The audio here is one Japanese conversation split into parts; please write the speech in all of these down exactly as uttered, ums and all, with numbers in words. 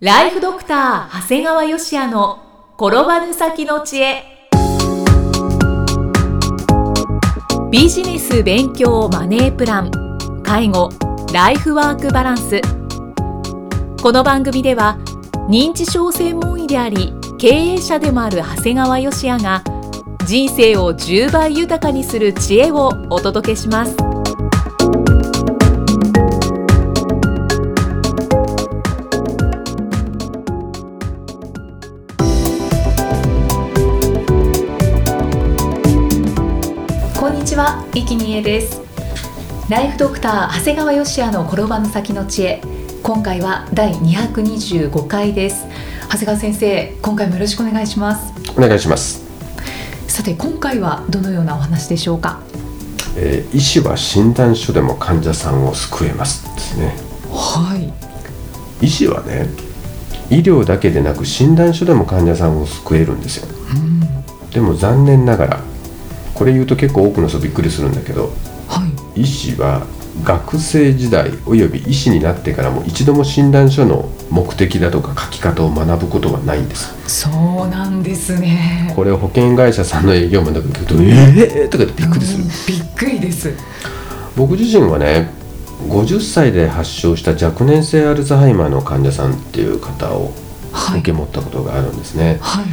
ライフドクター長谷川芳也の転ばぬ先の知恵。ビジネス勉強マネープラン、介護、ライフワークバランス。この番組では認知症専門医であり経営者でもある長谷川芳也が人生をじゅうばい豊かにする知恵をお届けします。こんにちは、生きみえです。ライフドクター長谷川芳也の転ばぬ先の知恵、今回はだいにひゃくにじゅうごかいです。長谷川先生、今回もよろしくお願いします。 お願いします。 さて、今回はどのようなお話でしょうか。 えー、医師は診断書でも患者さんを救えますですね。 はい。 医師はね、医療だけでなく診断書でも患者さんを救えるんですよ。うん、でも残念ながら、これ言うと結構多くの人びっくりするんだけど、はい、医師は学生時代および医師になってからも一度も診断書の目的だとか書き方を学ぶことはないんです。 そうなんですね。 これを保険会社さんの営業マンだけ聞くと、えーとかってびっくりする。 びっくりです。 僕自身はね、ごじゅっさいで発症した若年性アルツハイマーの患者さんっていう方を受け持ったことがあるんですね。はいはい、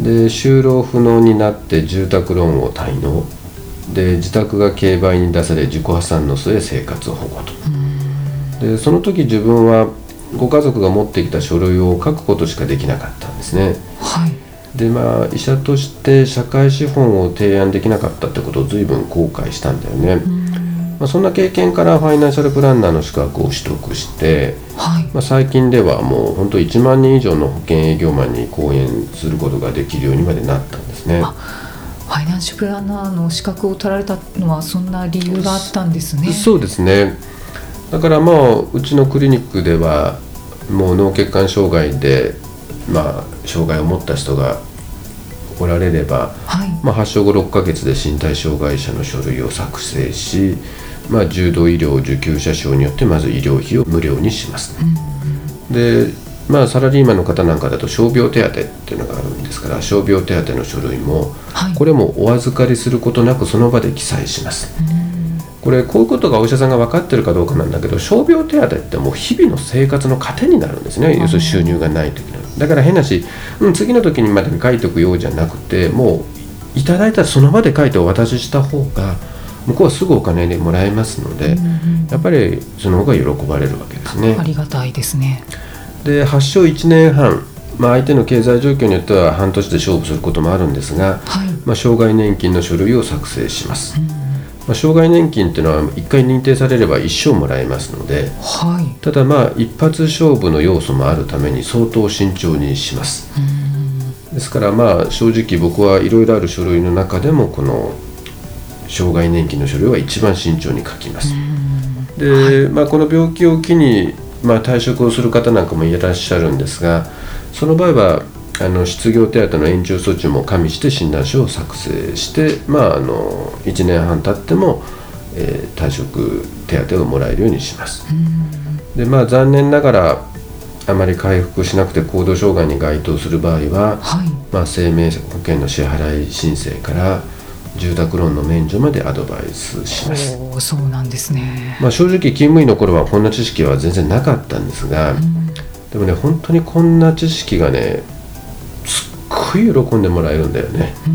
で就労不能になって住宅ローンを滞納で、自宅が競売に出され自己破産の末生活保護と。でその時自分はご家族が持ってきた書類を書くことしかできなかったんですね。はい、でまあ医者として社会資本を提案できなかったってことを随分後悔したんだよね。まあ、そんな経験からファイナンシャルプランナーの資格を取得して、はい、まあ、最近ではもう本当いちまんにん以上の保険営業マンに講演することができるようにまでなったんですね。 ファイナンシャルプランナーの資格を取られたのはそんな理由があったんですね。 そうですね。だからまあうちのクリニックではもう脳血管障害で、まあ、障害を持った人がおられれば、はい、まあ、発症後ろっかげつで身体障害者の書類を作成し、まあ、重度医療受給者証によってまず医療費を無料にします、うん、でまあ、サラリーマンの方なんかだと傷病手当っていうのがあるんですから、傷病手当の書類も、はい、これもお預かりすることなくその場で記載します。これこういうことがお医者さんが分かってるかどうかなんだけど、傷病手当ってもう日々の生活の糧になるんですね。要するに収入がない時の。だから変なし、うん、次の時にまでに書いておくようじゃなくて、もういただいたらその場で書いてお渡しした方が向こうはすぐお金でもらえますので、うんうん、やっぱりその方が喜ばれるわけですね。 ありがたいですね。で発症いちねんはん、まあ、相手の経済状況によっては半年で勝負することもあるんですが、はい、まあ、障害年金の書類を作成します、うん、まあ、障害年金っていうのはいっかい認定されれば一生もらえますので、はい、ただまあ一発勝負の要素もあるために相当慎重にします、うん、ですからまあ正直僕はいろいろある書類の中でもこの障害年金の書類は一番慎重に書きます、うん、で、はい、まあ、この病気を機にまあ、退職をする方なんかもいらっしゃるんですが、その場合はあの失業手当の延長措置も加味して診断書を作成して、まあ、あのいちねんはん経っても、えー、退職手当をもらえるようにします。で、まあ、残念ながらあまり回復しなくて行動障害に該当する場合は、はい、まあ、生命保険の支払い申請から住宅ローンの免除までアドバイスします。 お、そうなんですね。 まあ、正直勤務医の頃はこんな知識は全然なかったんですが、うん、でもね、本当にこんな知識がね、すっごい喜んでもらえるんだよね、うん、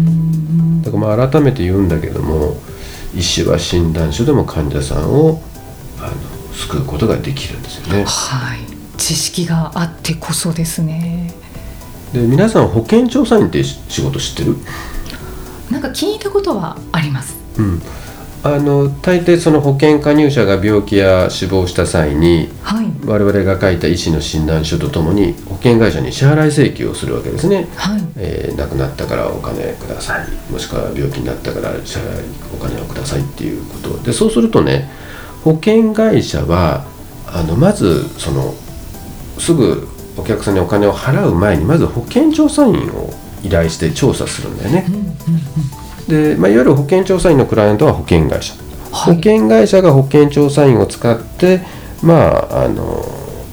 だからまあ改めて言うんだけども、医師は診断書でも患者さんをあの救うことができるんですよね。 はい、知識があってこそですね。 で、皆さん保険調査員って仕事知ってる？ なんか聞いたことはあります、 うん、あの大抵その保険加入者が病気や死亡した際に、はい、我々が書いた医師の診断書とともに保険会社に支払い請求をするわけですね、はい、えー、亡くなったからお金ください、もしくは病気になったから支払いお金をくださいっていうことで、そうするとね、保険会社はあのまずそのすぐお客さんにお金を払う前にまず保険調査員を依頼して調査するんだよね、うんうんうん、で、まあ、いわゆる保険調査員のクライアントは保険会社、はい、保険会社が保険調査員を使って、まあ、あの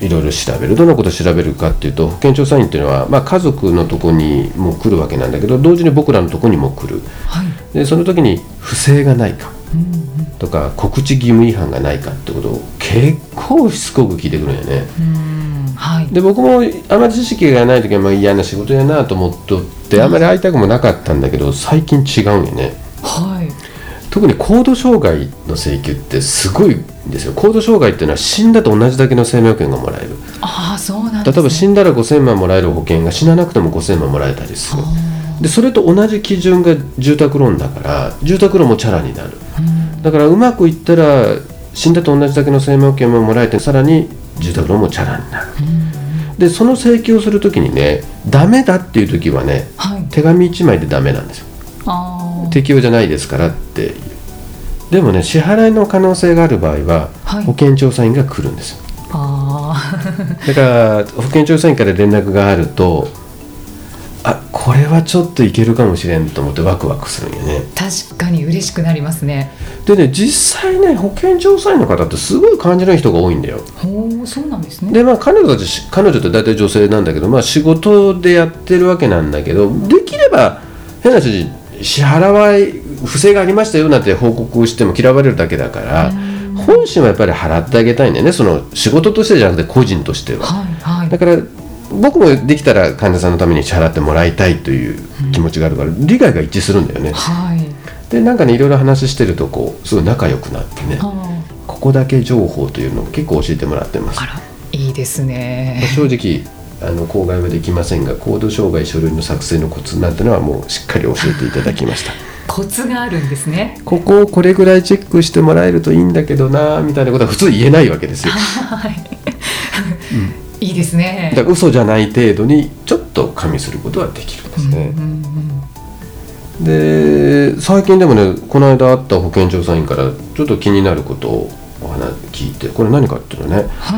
いろいろ調べる。どのことを調べるかっていうと、保健調査員っていうのは、まあ、家族のとこにも来るわけなんだけど、同時に僕らのとこにも来る、はい、でその時に不正がないか、うんうん、とか告知義務違反がないかってことを結構しつこく聞いてくるんよね。うん、はい、で僕もあまり知識がない時はまあ嫌な仕事やなと思っとってあまり会いたくもなかったんだけど、最近違うんよね。はい、特に高度障害の請求ってすごいんですよ。高度障害っていうのは死んだと同じだけの生命保険がもらえる。 ああ、そうなんですね。 例えば死んだらごせんまんもらえる保険が死ななくてもごせんまんもらえたりする。でそれと同じ基準が住宅ローンだから住宅ローンもチャラになる。だからうまくいったら死んだと同じだけの生命保険ももらえて、さらに住宅ローンもチャラになる。でその請求をするときにね、ダメだっていうときはね、はい、手紙いちまいでダメなんですよ。あ適用じゃないですからっていう。でもね、支払いの可能性がある場合は、はい、保健調査員が来るんですよ。あだから保健調査員から連絡があると、あこれはちょっといけるかもしれんと思ってワクワクするんよね。 確かに嬉しくなりますね。 でね、実際ね、保健調査員の方ってすごい感じのいい人が多いんだよ。 ほう、そうなんですね。 でまあ彼女たち彼女って大体女性なんだけど、まあ、仕事でやってるわけなんだけど、できれば変な話、支払わい不正がありましたよなんて報告しても嫌われるだけだから、本心はやっぱり払ってあげたいんだよね。その仕事としてじゃなくて個人としては、はいはい、だから僕もできたら患者さんのために支払ってもらいたいという気持ちがあるから、うん、理解が一致するんだよね、はい、でなんかね、いろいろ話してるとこうすごい仲良くなってね、ここだけ情報というのを結構教えてもらってます。 あら、いいですね。 正直あの口外はできませんが、高度障害書類の作成のコツなんてのはもうしっかり教えていただきましたコツがあるんですね。 ここをこれぐらいチェックしてもらえるといいんだけどなみたいなことは普通言えないわけですよはい、 うん、いいですね。 だから嘘じゃない程度にちょっと加味することはできるんですね、うんうんうん、で最近でもね、この間会った保健調査員からちょっと気になることをお話聞いて、これ何かっていうとね、はい、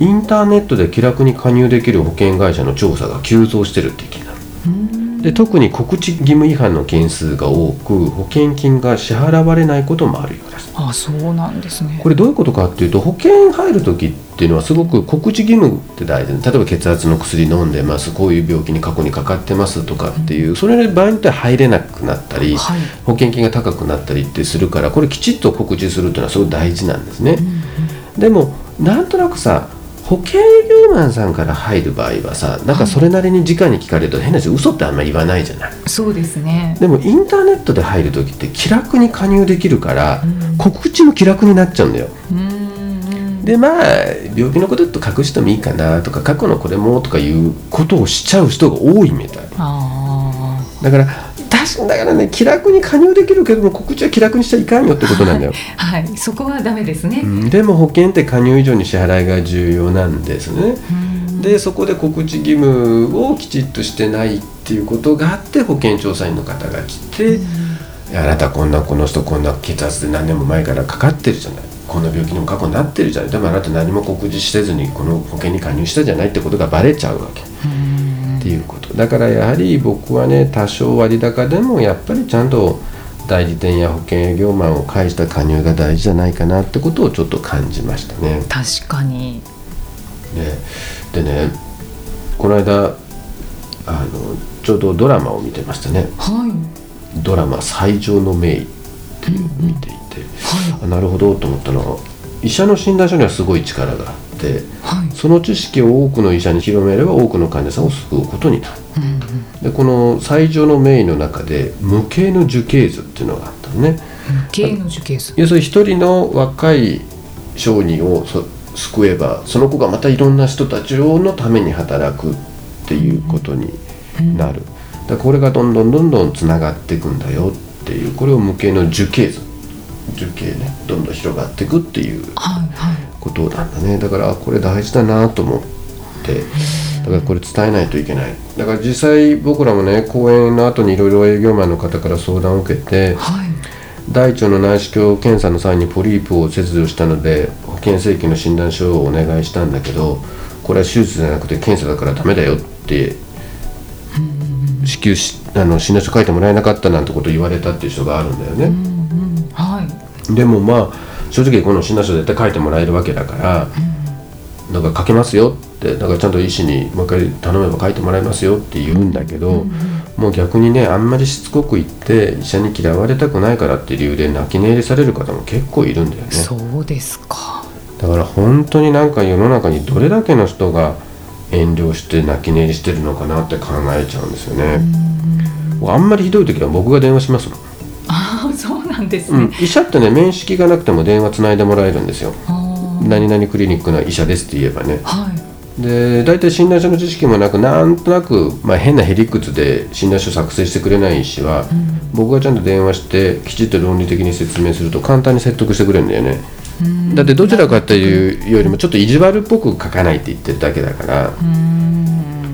インターネットで気楽に加入できる保険会社の調査が急増してるって気になる。で特に告知義務違反の件数が多く、保険金が支払われないこともあるようです。 あ、そうなんですね。 これどういうことかっていうと、保険入るときっていうのはすごく告知義務って大事で、例えば血圧の薬飲んでます、こういう病気に過去にかかってますとかっていう、うん、それで場合によっては入れなくなったり、はい、保険金が高くなったりってするから、これきちっと告知するっていうのはすごい大事なんですね、うんうん、でもなんとなくさ、保険営業マンさんから入る場合はさ、なんかそれなりに直に聞かれると変なし、嘘ってあんまり言わないじゃない。 そうですね。 でもインターネットで入るときって気楽に加入できるから、うん、告知も気楽になっちゃうんだよ。うんでまあ病気のことと隠してもいいかなとか、過去のこれもとかいうことをしちゃう人が多いみたい。あだから確かだからね、気楽に加入できるけども告知は気楽にしちゃいかんよってことなんだよはい、はい、そこはダメですね、 うん、でも保険って加入以上に支払いが重要なんですね。でそこで告知義務をきちっとしてないっていうことがあって、保険調査員の方が来て、あなたこんなこの人こんな血圧で何年も前からかかってるじゃない、こんな病気にも過去になってるじゃない、でもあなた何も告知せずにこの保険に加入したじゃないってことがバレちゃうわけっていうことだから、やはり僕はね、多少割高でもやっぱりちゃんと代理店や保険営業マンを介した加入が大事じゃないかなってことをちょっと感じましたね。 確かに、 ね、でね、この間あのちょうどドラマを見てましたね、はい、ドラマ「最上の名医」っていうのを見ていて、うんうんはい、なるほどと思ったのは、医者の診断書にはすごい力があって、はい、その知識を多くの医者に広めれば多くの患者さんを救うことになる、うんうん、でこの最上の名医の中で無形の樹形図っていうのがあったのね。 無形の樹形図、 要するに一人の若い小児を救えば、その子がまたいろんな人たちのために働くっていうことになる、だからこれがどんどんどんどんつながっていくんだよっていう、これを無形の樹形図、樹形ね、どんどん広がっていくっていうことなんだね。だからこれ大事だなと思って、だからこれ伝えないといけない。だから実際僕らもね、講演の後にいろいろ営業マンの方から相談を受けて、はい、大腸の内視鏡検査の際にポリープを切除したので保険請求の診断書をお願いしたんだけど、これは手術じゃなくて検査だからダメだよって支給しあの診断書書いてもらえなかったなんてことを言われたっていう人があるんだよね、うんうんはい、でもまあ正直この診断書絶対書いてもらえるわけだから、 なんか書けますよって、だからちゃんと医師にもう一回頼めば書いてもらいますよって言うんだけど、うんうん、もう逆にね、あんまりしつこく言って医者に嫌われたくないからっていう理由で泣き寝入りされる方も結構いるんだよね。 そうですか。 だから本当になんか世の中にどれだけの人が遠慮して泣き寝入りしてるのかなって考えちゃうんですよね。うん、あんまりひどい時は僕が電話しますもん。 ああ、そうなんですね。 うん、医者ってね、面識がなくても電話つないでもらえるんですよ。何々クリニックの医者ですって言えばね、はい、で大体診断書の知識もなく、なんとなく、まあ、変なへりくつで診断書作成してくれない医師は、うん、僕がちゃんと電話してきちっと論理的に説明すると簡単に説得してくれるんだよね。うん、だってどちらかっていうよりもちょっと意地悪っぽく書かないって言ってるだけだから、うん、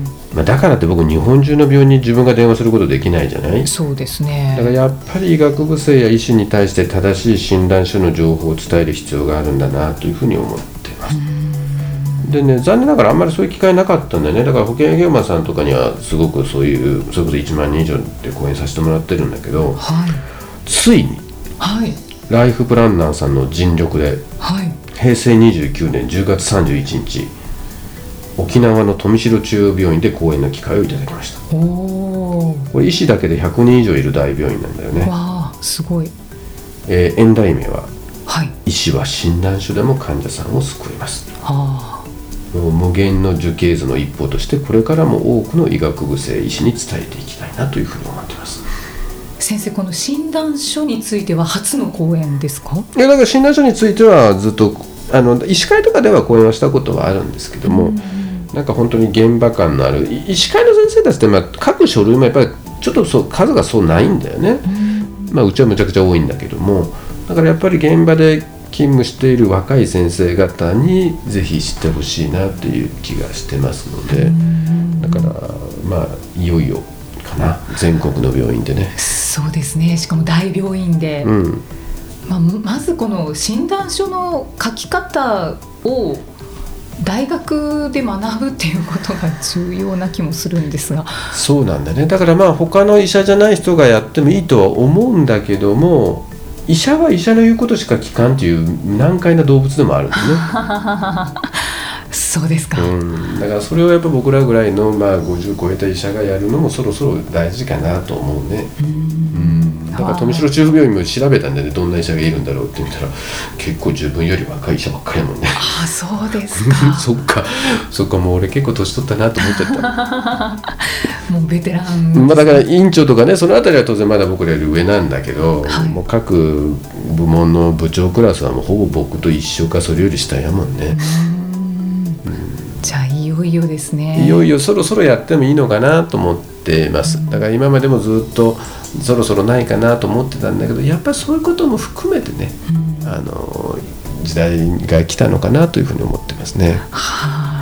まあ、だからって僕日本中の病院に自分が電話することできないじゃない。 そうですね。 だからやっぱり医学部生や医師に対して正しい診断書の情報を伝える必要があるんだなというふうに思っています。でね、残念ながらあんまりそういう機会なかったんだよね。だから保険営業マンさんとかにはすごくそういう、それこそいちまんにん以上で講演させてもらってるんだけど、はい、ついに、はい、ライフプランナーさんの尽力で、はい、へいせいにじゅうきゅうねんじゅうがつさんじゅういちにち沖縄の富城中央病院で講演の機会をいただきました。おー、これ医師だけでひゃくにん以上いる大病院なんだよね。 わー、すごい。 えー、演題名は、 はい、 医師は診断書でも患者さんを救います。 はもう無限の樹形図の一方としてこれからも多くの医学部生医師に伝えていきたいなというふうに思っています。 先生、この診断書については初の講演ですか？ いや、だから診断書についてはずっとあの医師会とかでは講演はしたことはあるんですけども、うん、なんか本当に現場感のある医師会の先生たちって、まあ、各書類もやっぱりちょっとそう数がそうないんだよね。うん、まあ、うちはむちゃくちゃ多いんだけども、だからやっぱり現場で勤務している若い先生方にぜひ知ってほしいなっていう気がしてますので、だからまあいよいよかな、全国の病院でね。 そうですね。しかも大病院で、うん、まあ、まずこの診断書の書き方を大学で学ぶっていうことが重要な気もするんですが。 そうなんだね。だからまあ他の医者じゃない人がやってもいいとは思うんだけども、医者は医者の言うことしか聞かんという難解な動物でもあるんですね。 そうですか。 うん、だからそれをやっぱ僕らぐらいの、まあ、ごじゅう超えた医者がやるのもそろそろ大事かなと思うね。うん、だから富城中央病院も調べたんでね、どんな医者がいるんだろうって見たら結構自分より若い医者ばっかりやもんね。 ああ、そうですか。 そっかそっか、もう俺結構年取ったなと思っちゃったもうベテラン、 まあ、だから院長とかね、そのあたりは当然まだ僕らより上なんだけど、はい、もう各部門の部長クラスはもうほぼ僕と一緒かそれより下やもんね。 うん、じゃあいよいよですね。 いよいよそろそろやってもいいのかなと思っています。だから今までもずっとそろそろないかなと思ってたんだけど、やっぱりそういうことも含めてね、うん、あの時代が来たのかなというふうに思ってますね。 はい、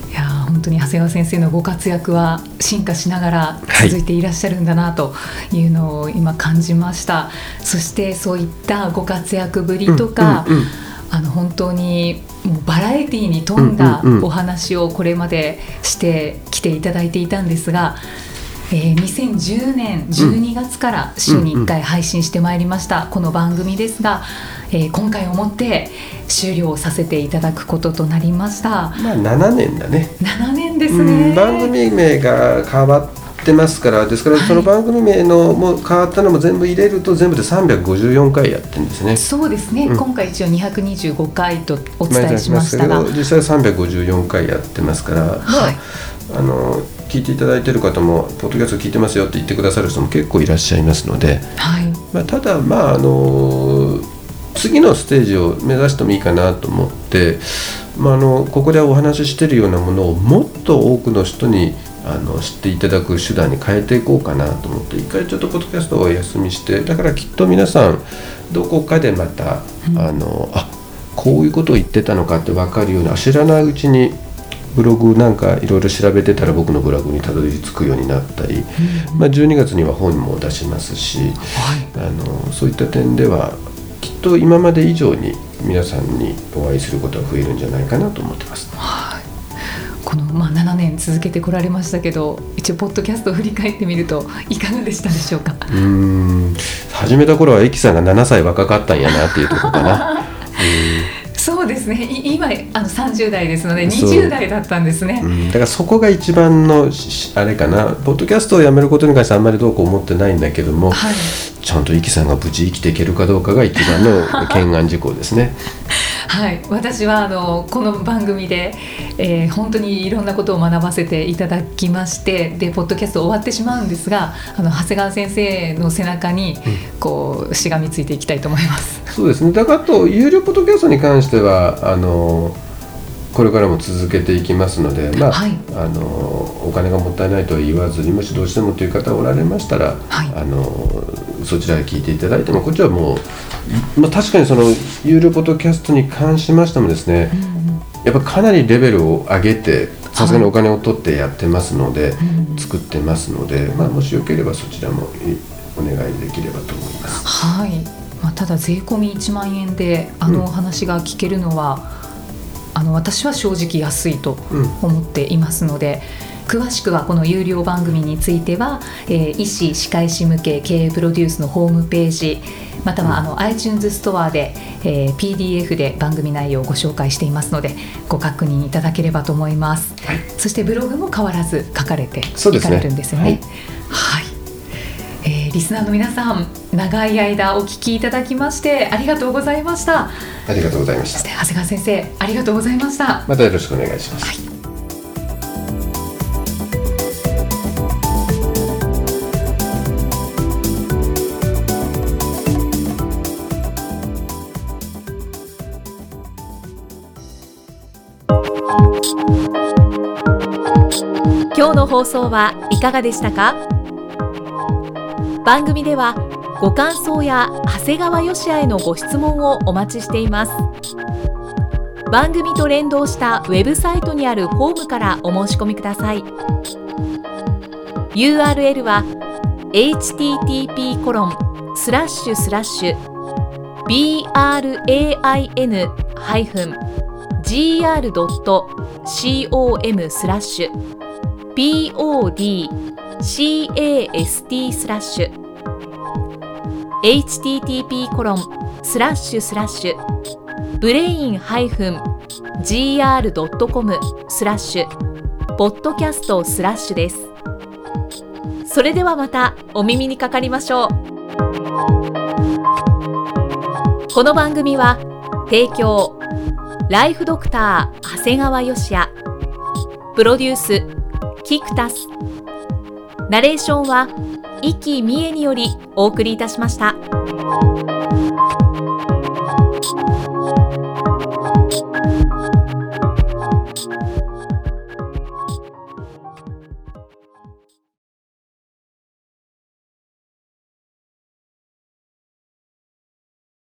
いや本当に長谷川先生のご活躍は進化しながら続いていらっしゃるんだなというのを今感じました。はい、そしてそういったご活躍ぶりとか、うんうんうん、あの本当にもうバラエティに富んだお話をこれまでしてきていただいていたんですが、えー、にせんじゅうねんじゅうにがつから週にいっかい配信してまいりましたこの番組ですが、えー、今回をもって終了させていただくこととなりました。 まあななねんだね。 ななねんですね。 うん、番組名が変わってますから、ですからその番組名のも変わったのも全部入れると全部でさんびゃくごじゅうよんかいやってるんですね。 そうですね、うん、今回一応にひゃくにじゅうごかいとお伝えしましたが、 実際さんびゃくごじゅうよんかいやってますから、はい、まあ、あの聞いていただいている方もポッドキャスト聞いてますよって言ってくださる人も結構いらっしゃいますので、はい、まあ、ただまああの次のステージを目指してもいいかなと思って、まあ、あのここでお話ししているようなものをもっと多くの人にあの知っていただく手段に変えていこうかなと思って、一回ちょっとポッドキャストをお休みして、だからきっと皆さんどこかでまた、うん、あのあこういうことを言ってたのかって分かるような、知らないうちにブログなんかいろいろ調べてたら僕のブログにたどり着くようになったり、うん、まあ、じゅうにがつには本も出しますし、はい、あのそういった点ではきっと今まで以上に皆さんにお会いすることが増えるんじゃないかなと思ってます。 はい、この、まあ、ななねん続けてこられましたけど、一応ポッドキャストを振り返ってみるといかがでしたでしょうか。 うーん、始めた頃はエキさんがななさい若かったんやなっていうところかな。うん、 そうですね、今あのさんじゅう代ですのでにじゅう代だったんですね、 うん、だからそこが一番のあれかな。ポッドキャストをやめることに関してあんまりどうこう思ってないんだけども、はい、ちゃんとイキさんが無事生きていけるかどうかが一番の懸案事項ですねはい、私はあのこの番組で、えー、本当にいろんなことを学ばせていただきまして、でポッドキャスト終わってしまうんですが、あの長谷川先生の背中にこうしがみついていきたいと思います、 うん、そうですね。だからあと有料ポッドキャストに関してはあのこれからも続けていきますので、まあはい、あのお金がもったいないとは言わずに、もしどうしてもという方おられましたら、はい、あのそちらで聞いていただいても、こっちはもう、まあ、確かにその有料ポッドキャストに関しましてもですね、うん、やっぱかなりレベルを上げてさすがにお金を取ってやってますので、はい、作ってますので、まあ、もしよければそちらもお願いできればと思います。 はい、まあ、ただ税込みいちまんえんであのお話が聞けるのは、うん、あの私は正直安いと思っていますので、うん、詳しくはこの有料番組については、えー、医師・歯科医師向け経営プロデュースのホームページ、またはあの iTunes ストアで、えー、ピーディーエフ で番組内容をご紹介していますので、ご確認いただければと思います、はい、そしてブログも変わらず書かれていかれるんですよね。はい、えー、リスナーの皆さん、長い間お聞きいただきましてありがとうございました。 ありがとうございました。 そして長谷川先生、ありがとうございました。 またよろしくお願いします。はい、 今日の放送はいかがでしたか？番組ではご感想や長谷川芳也へのご質問をお待ちしています。番組と連動したウェブサイトにあるホームからお申し込みください。 ユーアールエル は エイチティーティーピーコロンスラッシュスラッシュビーアールエーアイエヌハイフンジーアールドットコム スラッシュ ピーオーディーシーエーエスティー スラッシュ エイチティーティーピーコロンスラッシュスラッシュブレインハイフンジーアールドットコム スラッシュポッドキャストスラッシュです。それではまたお耳にかかりましょう。この番組は提供ライフドクター長谷川芳也、プロデュースキクタス、ナレーションは生きみえによりお送りいたしました。